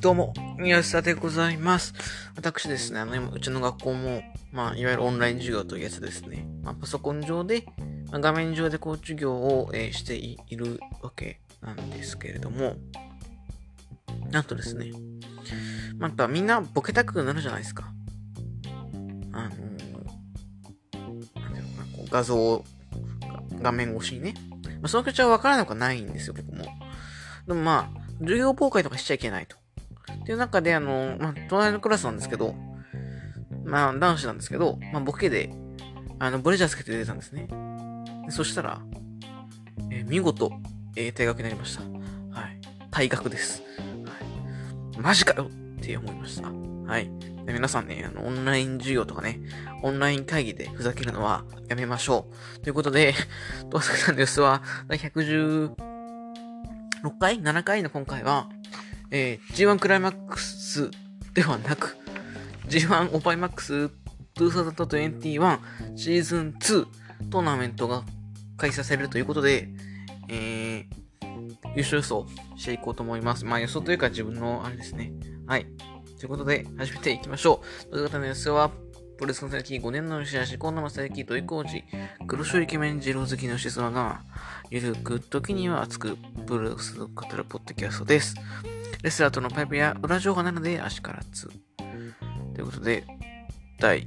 どうも、宮下でございます。私ですね、今うちの学校も、いわゆるオンライン授業というやつですね。パソコン上で、画面上で授業を、しているわけなんですけれども、なんとですね、やっぱみんなボケたくなるじゃないですか。なんていうのかな、画像、画面越しにね。その口は分からなくはないんですよ、僕も。でも授業崩壊とかしちゃいけないと。っていう中で、隣のクラスなんですけど、男子なんですけど、ボケで、ブレジャーつけて出てたんですね。そしたら、見事、定額になりました。はい。退学です。はい。マジかよって思いました。はい。皆さんね、オンライン授業とかね、オンライン会議でふざけるのはやめましょう。ということで、トワサクさんの様子は、第116回 ?7 回の今回は、G1 クライマックスではなく、G1 オパイマックス2021シーズン2トーナメントが開催されるということで、優勝予想していこうと思います。予想というか自分のあれですね。はい。ということで、始めていきましょう。という方の予想は、プロレスの歴5年の吉橋、今野正幸、土井浩二、黒潮イケメン二郎好きのしずまが、ゆるく時には熱くプロレスを語るポッドキャストです。レスラーとのパイプや裏情報なので足からつ。ということで、第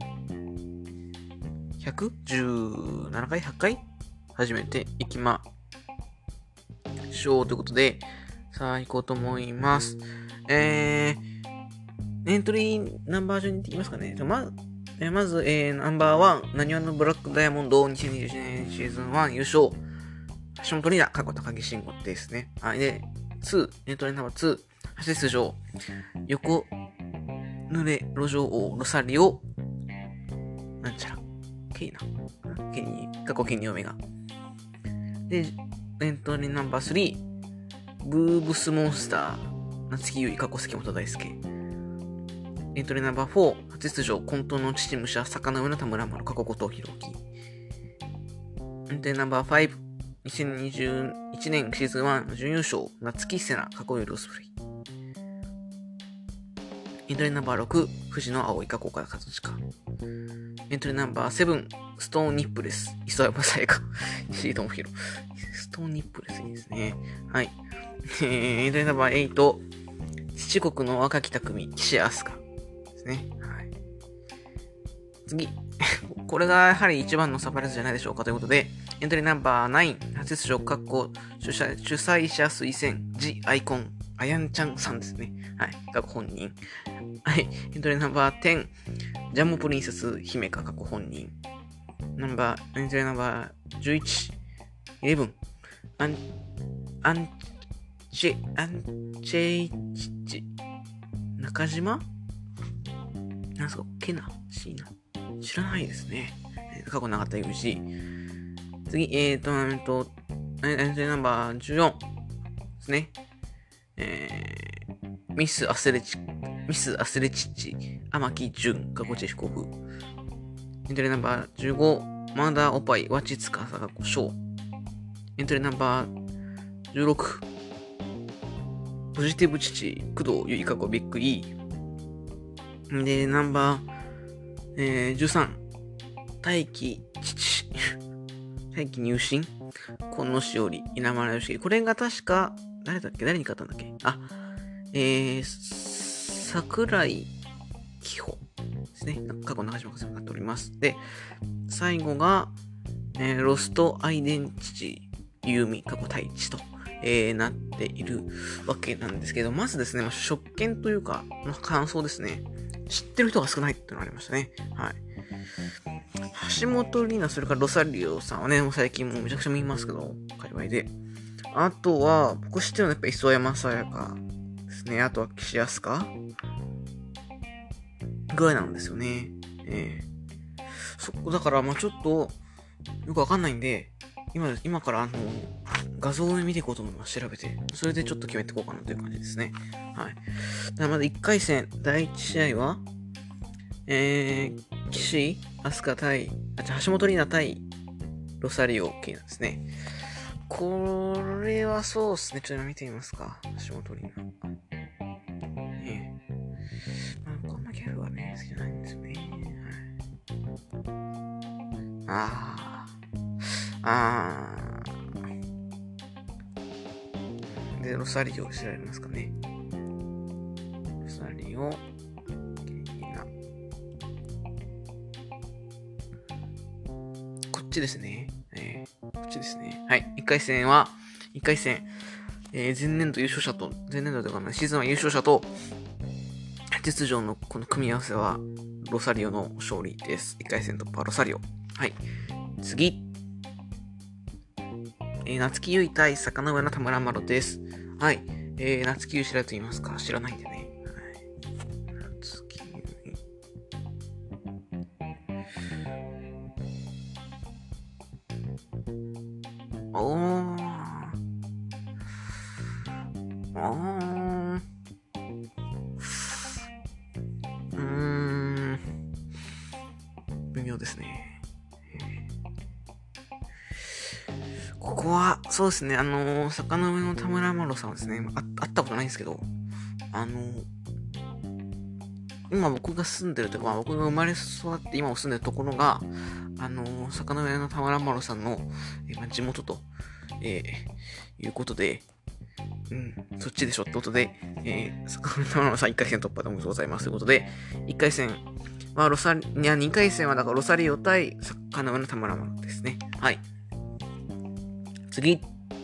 117回 ?100 回始めていきましょう。ということで、さあ行こうと思います。エントリーナンバー順にいきますかね。まず、ナンバーワン、なにわのブラックダイヤモンド2021年シーズン1優勝。橋本リーダー、過去高木慎吾ですね。はい。で、エントリーナンバー2、初出場、横濡れ路上王ロサリオ、なんちゃら、ケイに、過去ケニオメガ。で、エントリーナンバー3、ブーブスモンスター、夏木優衣、過去関本大輔。エントリーナンバー4、初出場、混沌の父武者、坂上の田村丸、過去後藤弘樹。エントリーナンバー5、2021年シーズン1準優勝、夏木瀬名、過去よりオスプレイ。エントリーナンバー6、藤野葵、過去岡田和親。エントリーナンバー7、ストーンニップレス、磯山さやか、石井智弘。ストーンニップレスいいですね。はい。エントリーナンバー8、七国の若き匠、岸飛鳥ですね。はい。次。これがやはり一番のサプライズじゃないでしょうかということで、エントリーナンバー9、初出場、主催者推薦、ジ・アイコン、あやんちゃんさんですね。はい。過去本人。はい。エントリーナンバー10、ジャムプリンセス、姫か過去本人。エントリーナンバー11、11、アンチェイチ、中島なんすか、ケナシーナ知らないですね。過去なかった UG。次、トーナメント、エントリーナンバー14ですね。ミスアスレチッチ、天木純、過去チェフコフ。エントリーナンバー15、マーダーオパイ、ワチツカサ過去ショー。エントリーナンバー16、ポジティブ父、工藤ゆい過去ビッグ E。で、ナンバー、13、大気父、大気入信、今野しおり、稲村よしき。これが確か、誰に勝ったんだっけ桜井紀穂ですね。過去中島和也になっております。で、最後が、ロストアイデンティティ、ユーミ、過去太一と、なっているわけなんですけど、まずですね、職権というか、感想ですね。知ってる人が少ないっていうのがありましたね。はい。橋本里奈、それからロサリオさんはね、もう最近もうめちゃくちゃ見ますけど、界隈で。あとは、僕知ってるのはやっぱ磯山さやかですね。あとは岸飛鳥ぐらいなんですよね。だからちょっと、よくわかんないんで、今から画像を見ていこうと思います。調べて。それでちょっと決めていこうかなという感じですね。はい。ではまず1回戦、第1試合は、岸飛鳥対、橋本里奈対ロサリオ系なんですね。これはそうですね。ちょっと見てみますか。橋本里奈。 で、ロサリオ調べますかね。ロサリオ、ケイナ。こっちですね。こっちですね。はい。1回戦、前年度優勝者と、前年度ではない、シーズンは優勝者と、実情のこの組み合わせは、ロサリオの勝利です。1回戦突破、ロサリオ。はい。次。夏木優衣対坂上の田村麻呂です。はい。夏木優衣知られと言いますか知らないんでね。はい、夏木優衣。微妙ですね。ここは、そうですね、坂上の田村麻呂さんはですね、会ったことないんですけど、今僕が住んでるというか、僕が生まれ育って今も住んでるところが、坂上の田村麻呂さんの、地元と、いうことで、そっちでしょってことで、坂上田村さん1回戦突破でおめでとうございますということで、1回戦は2回戦はだからロサリオ対坂上の田村麻呂ですね。はい。次。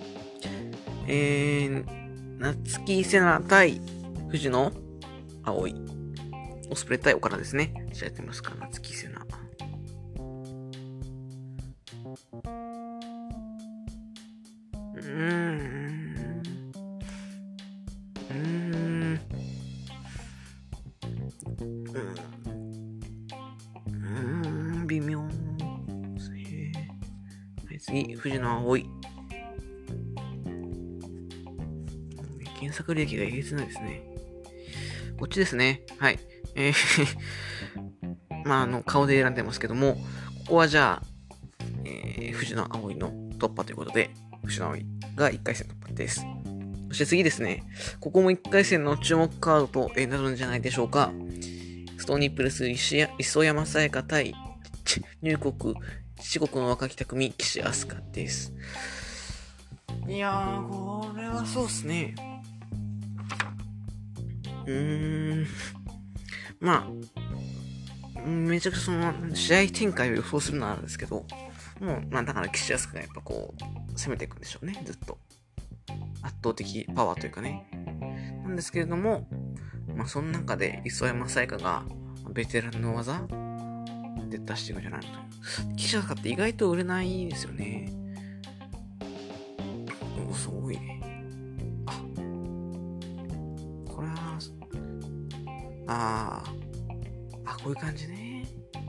夏木瀬名対藤野葵。オスプレイ対岡田ですね。じゃあやってみますか。夏木瀬名。微妙。はい、次、藤野葵。検索履歴がえげつないですね。こっちですね。はい。顔で選んでますけども、ここはじゃあ、藤野葵の突破ということで、藤野葵が1回戦突破です。そして次ですね、ここも1回戦の注目カードとなるんじゃないでしょうか。ストーニープレス磯山さやか対四国の若き匠岸飛鳥です。いやー、これはそうっすね。めちゃくちゃその試合展開を予想するのはあるんですけど、もう、だから岸飛鳥がやっぱこう、攻めていくんでしょうね、ずっと。圧倒的パワーというかね。なんですけれども、その中で磯山さやかがベテランの技で出していくんじゃないのと。岸飛鳥って意外と売れないですよね。すごいね。これは、こういう感じね。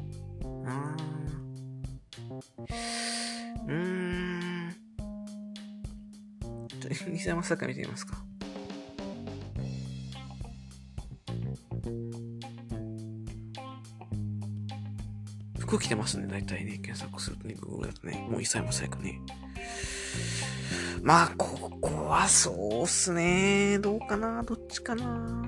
西山さやか見てみますか。服着てますね、大体ね。検索するとね、Google だとね。もう磯山さやかね。ここはそうっすね。どうかな、どっちかな。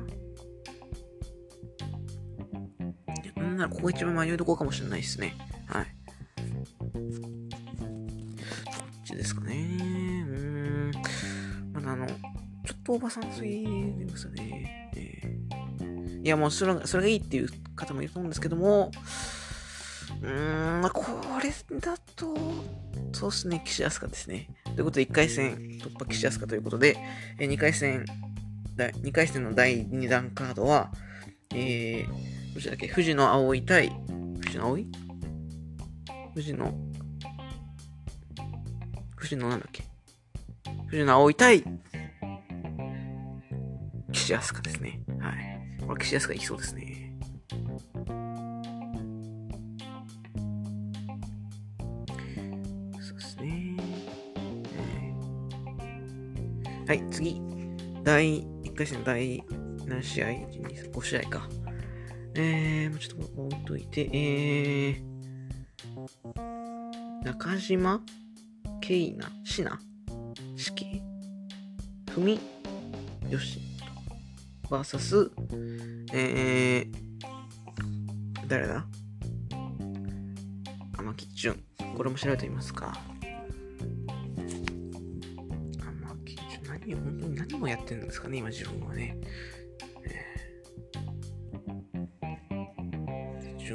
ここ一番迷いどころかもしれないですね。はい。こっちですかね。ちょっとおばさんすぎますよね。いや、もうそれがいいっていう方もいると思うんですけども、これだと、そうですね、岸飛鳥ですね。ということで、1回戦突破岸飛鳥ということで、2回戦の第2弾カードは、どちらだっけ、藤野葵対、藤野なんだっけ、藤野葵対、岸飛鳥ですね。はい。これ岸飛鳥いきそうですね。そうですね。はい、次。第1回戦第何試合 ?1、2、5試合か。ちょっと置いといて、中島慶奈しなしきふみよしバーサス誰だ天木純これも調べてみますか。本当に何もやってるんですかね、今自分はね。ちょ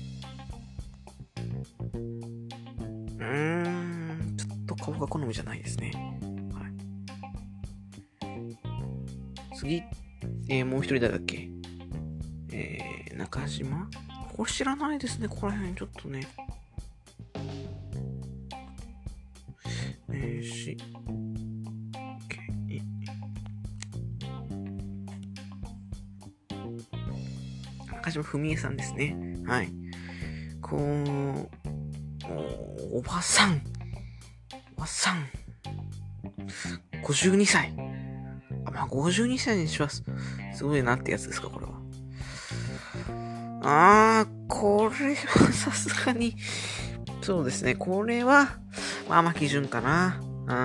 っと顔が好みじゃないですね。はい、次、もう一人誰だっけ。中島、これ知らないですね、ここら辺ちょっとね。中島文江さんですね。はい。おばさん。52歳。52歳にします。すごいなってやつですか、これは。これはさすがに、そうですね。これは、基準かな。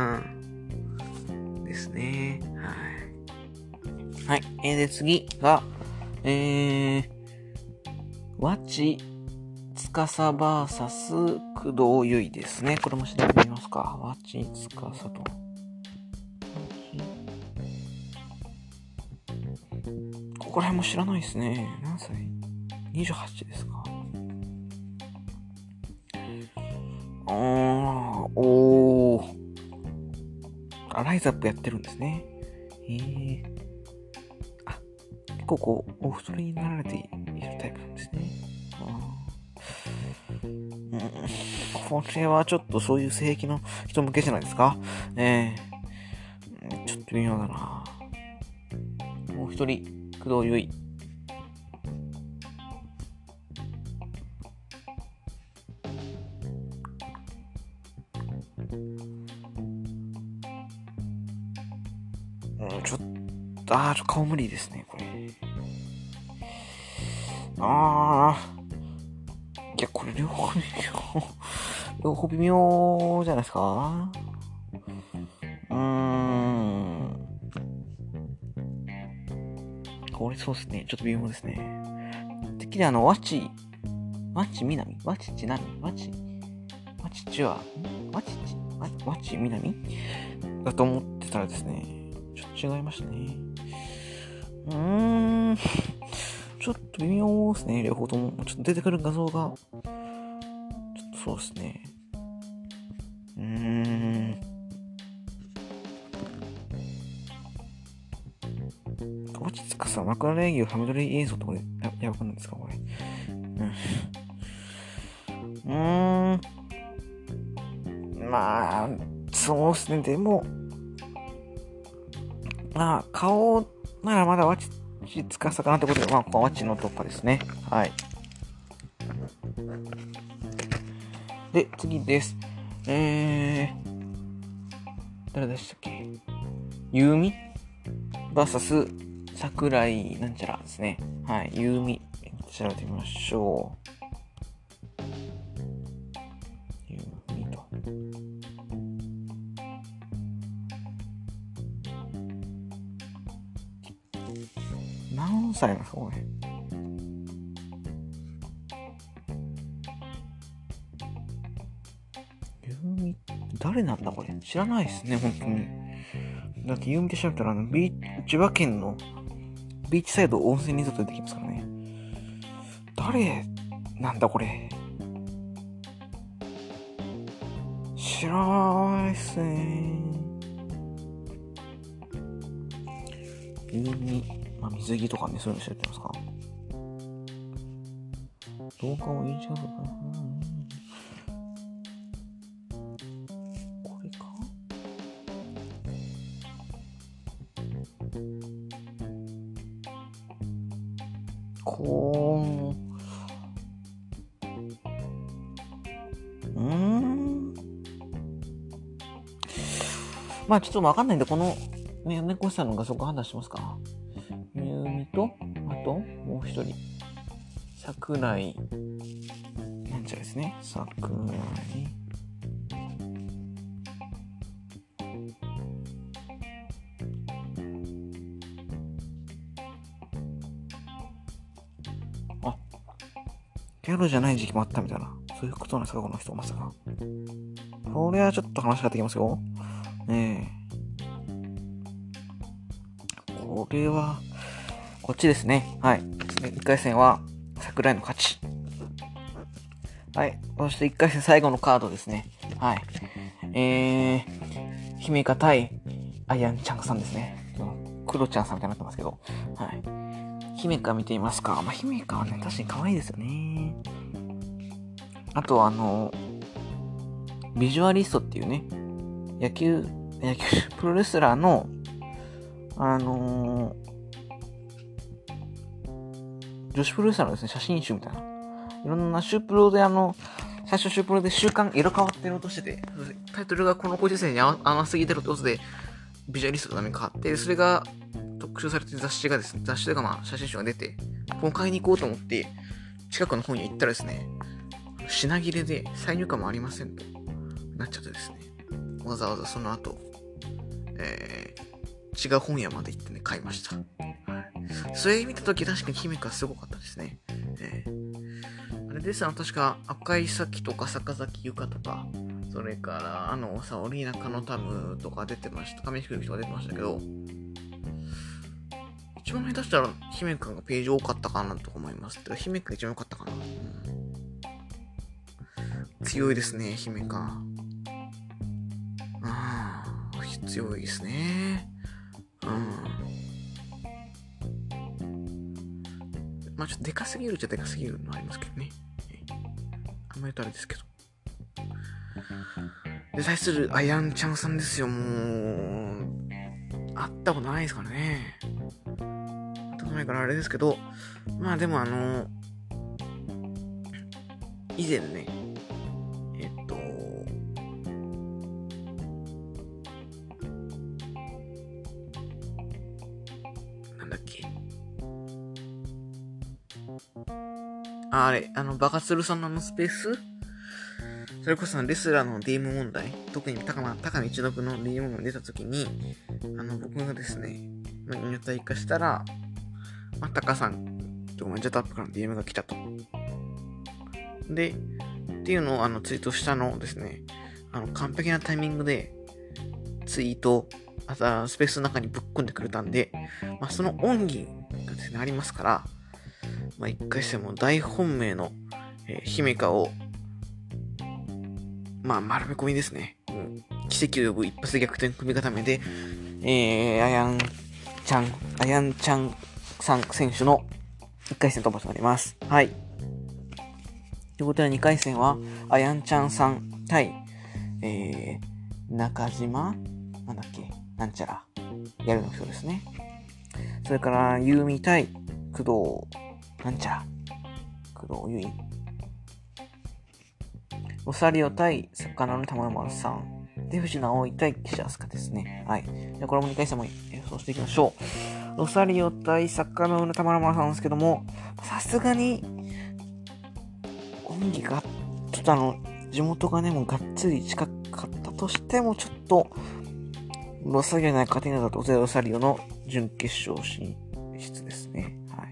ですね。はい。で、次が、和知司 VS 工藤由衣ですね。これも調べてみますか。和知司と。ここら辺も知らないですね。何歳 ?28 ですか。ライズアップやってるんですね。結構お太りになられているタイプなんですね。これはちょっとそういう性癖の人向けじゃないですか。ちょっと微妙だな。もう一人、工藤由衣。ちょっと顔無理ですね、これ。いや、これ両方微妙じゃないですか。これそうですね。ちょっと微妙ですね。てっきり和知みなみだと思ってたらですね、ちょっと違いましたね。ちょっと微妙ですね、両方とも。ちょっと出てくる画像が、ちょっとそうですね。落ち着くさ、枕レギュハミドリ映像とかでやばくないですか、これ。そうですね、でも、顔ならまだわちつかさかなってことで、ここはわちの突破ですね。はい。で、次です。誰でしたっけ？ゆうみ VS 桜井なんちゃらですね。はい。ゆうみ。調べてみましょう。ゆうみと。何歳なんですか、これ。ゆうみ、誰なんだ、これ。知らないですね、本当に。だってゆうみって調べたら、千葉県のビーチサイド温泉リゾート出てきますからね。誰なんだこれ。知らないっすね。水着とかね、そういうの知ってますか？動画を印象とか。これか？ちょっとわかんないんで、この、猫さんの画像が判断しますか。ゆうみと、あと、もう一人。桜井。なんちゃらですね。桜井。ギャルじゃない時期もあったみたいな。 どういうことなんですか、この人、まさか。これはちょっと話が変わってきますよ。これは、こっちですね。はい。1回戦は、桜井の勝ち。はい。そして1回戦最後のカードですね。はい。姫香対アヤンちゃんさんですね。クロちゃんさんみたいになってますけど。はい。姫香見てみますか。まあ、姫香はね、確かに可愛いですよね。あとビジュアリストっていうね、野球プロレスラーの、女子プロレスラーのですね、写真集みたいな。いろんなシュープロで最初シュープロで週刊色変わってるとしてて、タイトルがこのご時世に合わすぎてるってことで、ビジュアリストのために変わって、それが特集されてる雑誌がですね、雑誌というかまあ写真集が出て、これ買いに行こうと思って、近くの本屋行ったらですね、品切れで再入荷もありませんとなっちゃってですね、わざわざその後、違う本屋まで行ってね、買いました。はい、それ見たとき確かに姫香すごかったですね。あれです確か赤い咲とか坂崎ゆかとか、それからオリーナカノタムとか出てました。紙飛行機とか出てましたけど、一番下手したら姫香がページ多かったかなと思います。姫香が一番良かったかな。強いですね、姫香。強いですね。まあちょっとでかすぎるっちゃでかすぎるのありますけどね。あんまり言うとあれですけど。で、対するアヤンちゃんさんですよ、もう。会ったことないですからね。会ったことないからあれですけど、まあでも以前ね、なんだっけ。バカツルさんのスペースそれこそレスラーの DM 問題、特に高見一族の DM 問題出た時に、僕がですね、入隊化したら、タカさんとかジャタップからの DM が来たと。で、っていうのをツイートしたのをですね、完璧なタイミングでツイート、スペースの中にぶっ込んでくれたんで、その恩義がですね、ありますから、一回戦も大本命の、姫香を、丸め込みですね。奇跡を呼ぶ一発逆転組み固めで、アヤンちゃんさん選手の1回戦突破となります。はい。ということで2回戦は、アヤンちゃんさん対、中島なんだっけなんちゃら。やるの人ですね。それから、ユーミ対工藤なんちゃら。工藤ゆい。ロサリオ対魚の玉山さん。で、藤野葵対岸明日香ですね。はい。じゃあこれも2回戦も予想していきましょう。ロサリオ対魚の玉山さんですけども、さすがに、恩義が、ちょっと地元がね、もうがっつり近かったとしても、ちょっと、ロサリオに勝てなかったロサリオの準決勝進出ですね。はい。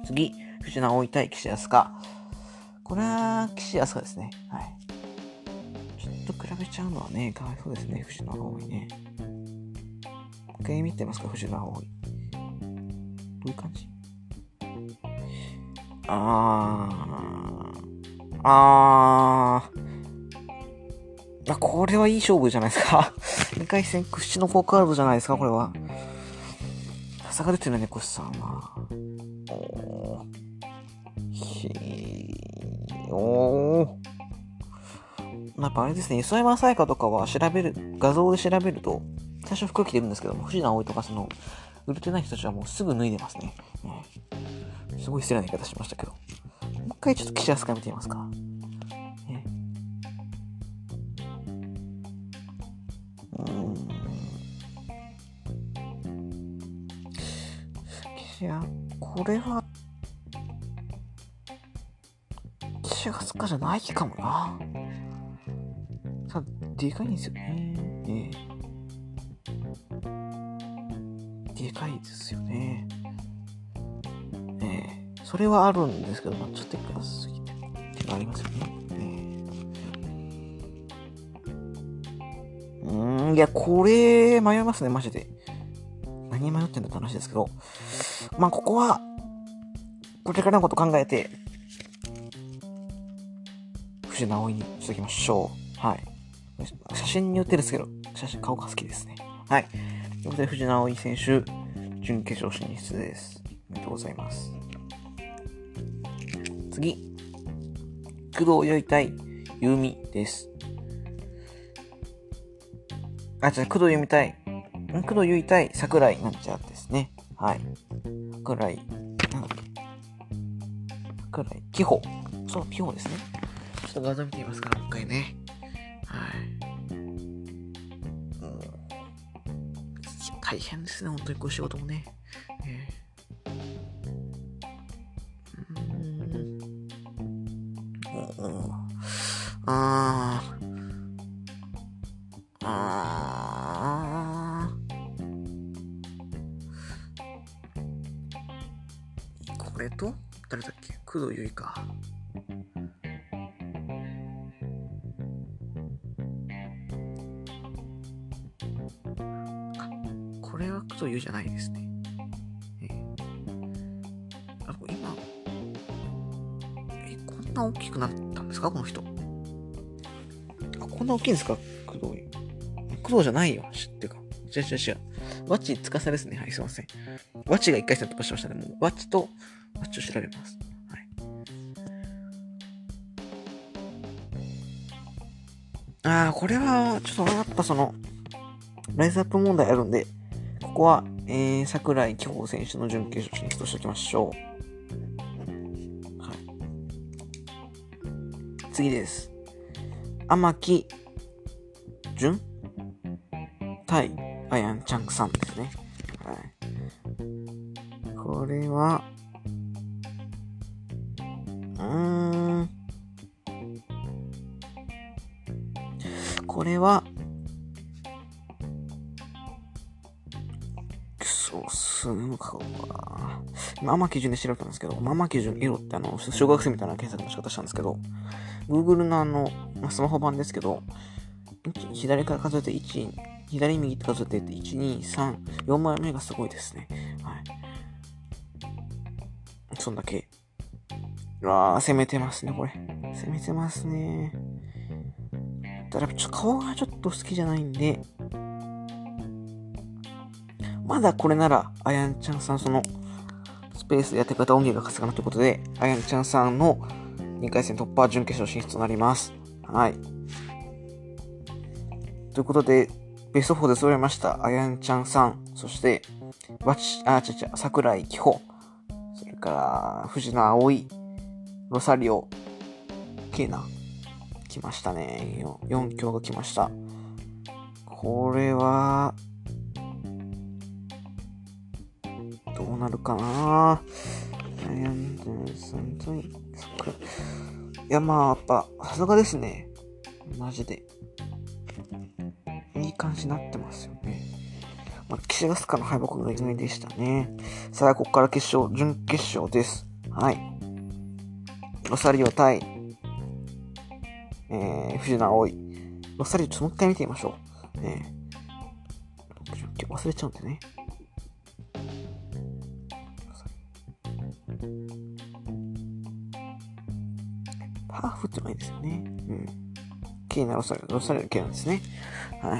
次、藤野葵対岸明日香。これは、岸明日香ですね。はい。ちょっと比べちゃうのはね、かわいそうですね、藤野葵ね。一回見てますか、藤野葵。どういう感じこれはいい勝負じゃないですか。2回戦屈指の好カードじゃないですか、これは。さすがですね、猫さんは。やっぱあれですね、磯山さやかとかは画像で調べると、最初服着てるんですけども、藤野葵とか売れてない人たちはもうすぐ脱いでますね。すごい失礼な言い方しましたけど。もう一回ちょっと岸明日香見てみますか。これは、岸明日香じゃないかもな。でかいんですよね。でかいですよね。それはあるんですけど、ちょっとでかすぎて。 がありますよね。いや、これ、迷いますね、マジで。何迷ってんだって話ですけど。まあ、ここは、これからのこと考えて、藤直井にしときましょう。はい。写真によってですけど、顔が好きですね。はい。ということで、藤直井選手、準決勝進出です。おめでとうございます。次、工藤結衣対優美です。工藤結衣対桜井なんちゃですね。はい。桜井、なんだっけ。桜井、紀穂。そう、紀穂ですね。ちょっと画像見てみますから、もう一回ね。はい。大変ですね、本当にこういう仕事もね。これと誰だっけ、工藤結衣か。これは工藤結衣じゃないですね。今こんな大きくなったんですか、この人。こんな大きいんですか、工藤結衣。工藤じゃないよ、知ってか。違う。ワッチ司ですね。はい、すいません。ワッチが1回戦突破しましたね。もうワッチを調べます。はい。これは、ちょっとやっぱライズアップ問題あるんで、ここは、桜井紀穂選手の準決勝進出としておきましょう。はい。次です。天木純対アヤンチャンクさんですね。はい。これは、これは、天木純で調べたんですけど、天木純エロって小学生みたいな検索の仕方したんですけど、Google のスマホ版ですけど、左から数えて左右って数えて1、2、3、4枚目がすごいですね。はい。そんだけ。攻めてますね、これ。攻めてますね。ただ、顔がちょっと好きじゃないんで、まだこれなら、あやんちゃんさんスペースでやってくれた音源が勝つかなということで、あやんちゃんさんの2回戦突破準決勝進出となります。はい。ということで、ベスト4で揃いました。あやんちゃんさん、そして、桜井紀穂、それから、藤野葵、ロサリオ、ケイナ、来ましたね。4強が来ました。これは、どうなるかな。いや、やっぱ、さすがですね。マジで。いい感じになってますよね。岸がスカの敗北が意外でしたね。さあ、ここから準決勝です。はい。ロサリオ対、藤野葵。ロサリオ、ちょっともう一回見てみましょう。忘れちゃうんでね。ハーフってないですよね。ケイナロサリオケイナですね。はい。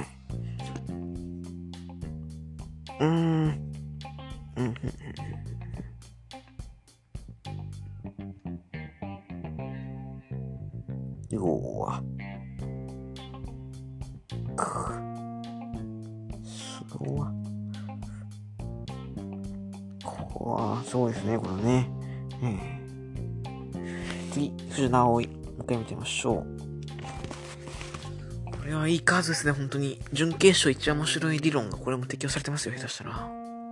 そうですね、これね。次、藤野葵。もう一回見てみましょう。これはいい数ですね、本当に。準決勝一番面白い理論がこれも適用されてますよ、下手したら。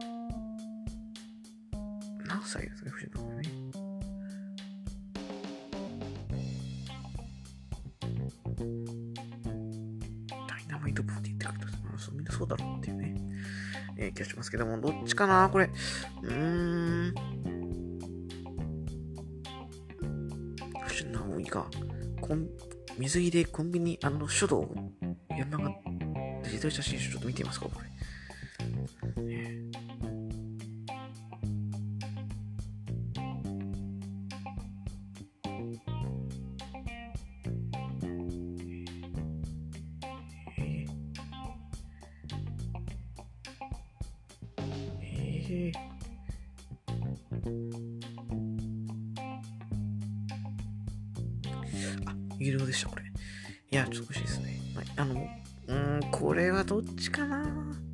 何歳ですか、藤野葵ね。ダイナマイトボディって書いてます。みんなそうだろうっていうね。気がしますけども、どっちかなこれ。藤野葵。 が、水着でコンビニ書道山がデジタル写真集ちょっと見てみますか、これ。有料でした、これ。いや、ちょっと欲しいですね。これはどっちかな。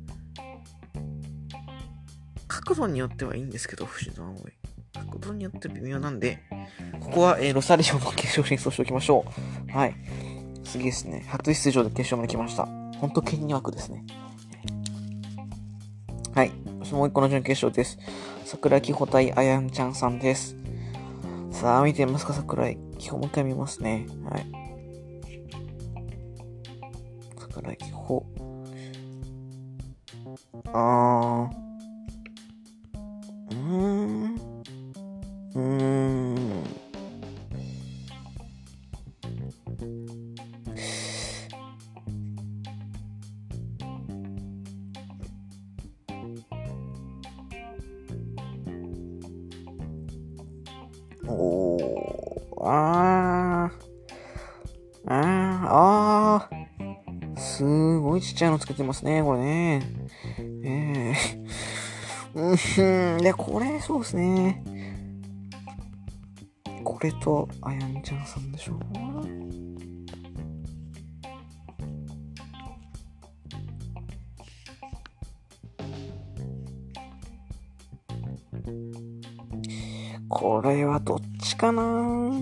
角度によってはいいんですけど、節の青い。角度によって微妙なんで、ここは、ロサリオの決勝進出をしておきましょう。はい。次ですね。初出場で決勝まで来ました。ほんとケニア枠ですね。はい。もう一個の準決勝です。桜木穂対あやんちゃんさんです。さあ、見てみますか、桜井。基本もう一回見ますね。はい。桜木穂。すごいちっちゃいのつけてますね、これね。で、これ、そうですね。これと、あやんちゃんさんでしょ。これはどっちかな。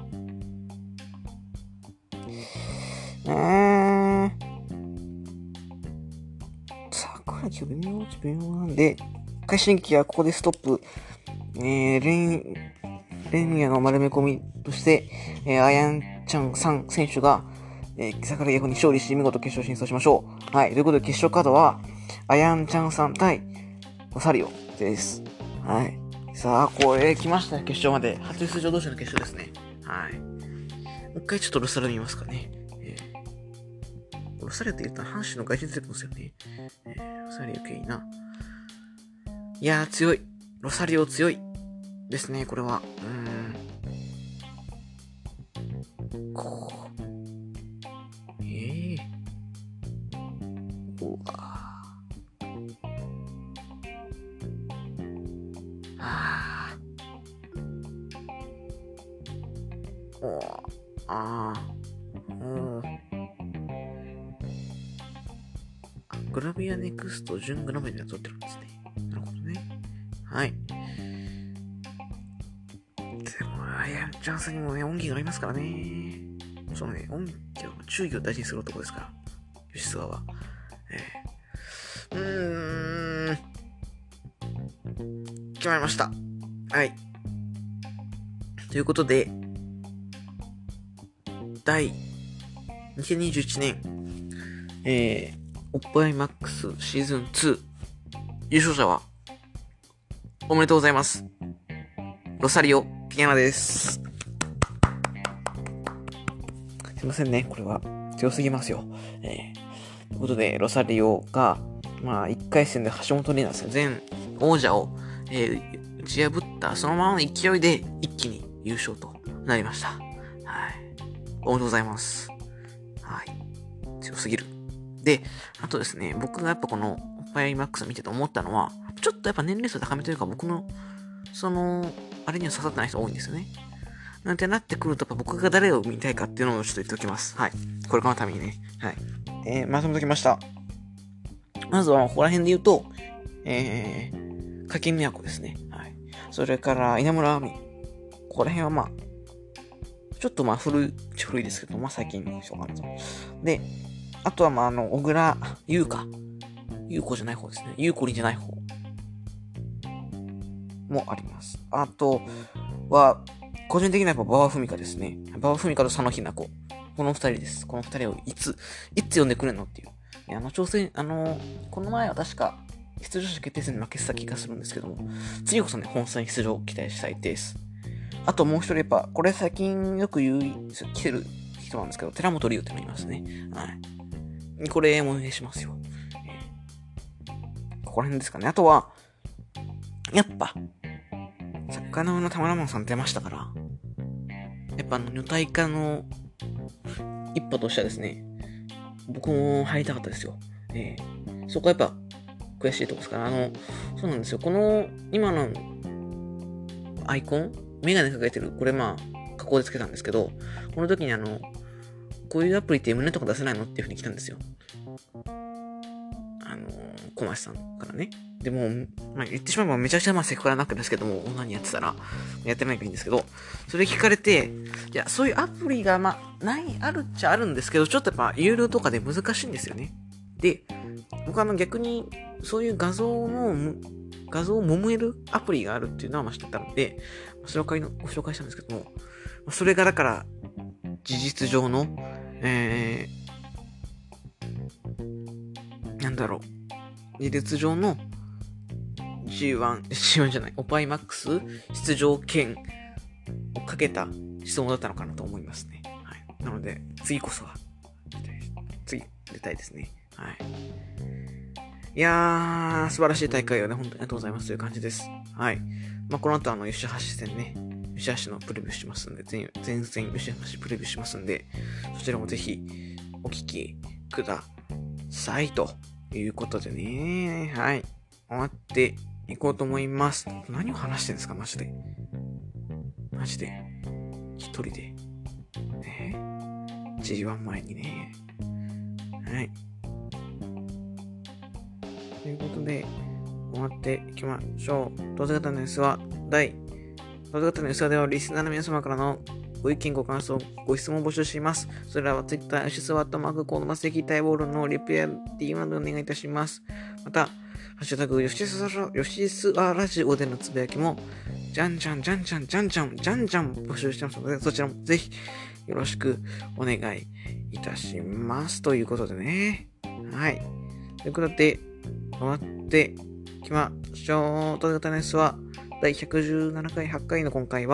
桜木は微妙なんで、快進撃はここでストップ。レンミアの丸め込みとして、あやんちゃんさん選手が、桜木に勝利し、見事決勝進出しましょう。はい。ということで決勝カードは、あやんちゃんさん対ロサリオです。はい。さあ、これ来ましたね、決勝まで。初出場同士の決勝ですね。はい。もう一回ちょっとロサリオ見ますかね。ロサリオって言ったら阪神の外人出てくるんですよね。ロサリオ系いいな。いやー、強い。ロサリオ強い。ですね、これは。うわグラビアネクスト準グラビアで撮ってるんですね。なるほどね。はい。でも、あやんちゃんさんにもね、恩義がありますからね。そのね、恩義は忠義を大事にする男ですから。吉沢は。決まりました。はい。ということで、第2021年、おっぱいマックスシーズン2優勝者は、おめでとうございます。ロサリオ・キヤナです。すいませんね、これは強すぎますよ。ということで、ロサリオが、1回戦で橋本玲奈ですね、前王者を、打ち破ったそのままの勢いで一気に優勝となりました。はい。おめでとうございます。はい。強すぎる。で、あとですね、僕がやっぱこのおっぱいマックス見てて思ったのは、ちょっとやっぱ年齢層高めというか僕の、あれには刺さってない人多いんですよね。なんてなってくると、やっぱ僕が誰を見たいかっていうのをちょっと言っておきます。はい。これからのためにね。はい。まとめときました。まずは、ここら辺で言うと、柿宮子ですね。はい。それから、稲村亜美。ここら辺はちょっと古いですけど、最近の人があると。で、あとは小倉優香。優子じゃない方ですね。優子りんじゃない方。もあります。あとは、個人的にはやっぱ馬場文香ですね。馬場文香と佐野ひな子。この二人です。この二人をいつ呼んでくれんのっていう。挑戦、この前は確か、出場者決定戦で負けてた気がするんですけども、次こそね、本戦出場を期待したいです。 あともう一人やっぱ、これ最近よく来てる人なんですけど、寺本龍ってのがいますね。はい。これお願いしますよ。ここら辺ですかね。あとは、やっぱ、魚の田村マンさん出ましたから、やっぱ女体化の一歩としてはですね、僕も入りたかったですよ。そこはやっぱ悔しいとこですから、そうなんですよ。この、今のアイコン、メガネかけてる、これ加工でつけたんですけど、この時にこういうアプリって胸とか出せないのっていう風に来たんですよ。小町さんからね。でも、言ってしまえばめちゃくちゃセクハラなわけですけども、何やってたら、やってないからいいんですけど、それ聞かれて、いや、そういうアプリが、あるっちゃあるんですけど、ちょっとやっぱ、有料とかで難しいんですよね。で、僕逆に、そういう画像を揉めるアプリがあるっていうのは知ってたので、それをご紹介したんですけども、それがだから、事実上の、事実上の G1 じゃない、オパイマックス出場権をかけた質問だったのかなと思いますね。はい。なので、次こそは、次出たいですね。はい。いやー、素晴らしい大会をね、本当にありがとうございますという感じです。はい。この後吉橋戦ね、吉橋のプレビューしますんで、前戦吉橋プレビューしますんで、そちらもぜひお聞きくださいということでね、はい。終わっていこうと思います。何を話してんですか、マジで。一人で。G1 前にね。はい。ということで、終わっていきましょう。どうせ型のニュースは、ではリスナーの皆様からのご意見、ご感想、ご質問を募集します。それらは Twitter、吉沢とマークコードマステキタイボールのリプや DM などでお願いいたします。また、ハッシュタグ、吉沢ラジオでのつぶやきも、じゃんじゃん募集してますので、そちらもぜひよろしくお願いいたします。ということでね。はい。ということで、終わっていきましょう。ということで、は第117回、8回の今回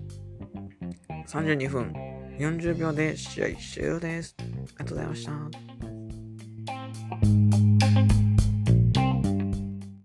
は、32分40秒で試合終了です。ありがとうございました。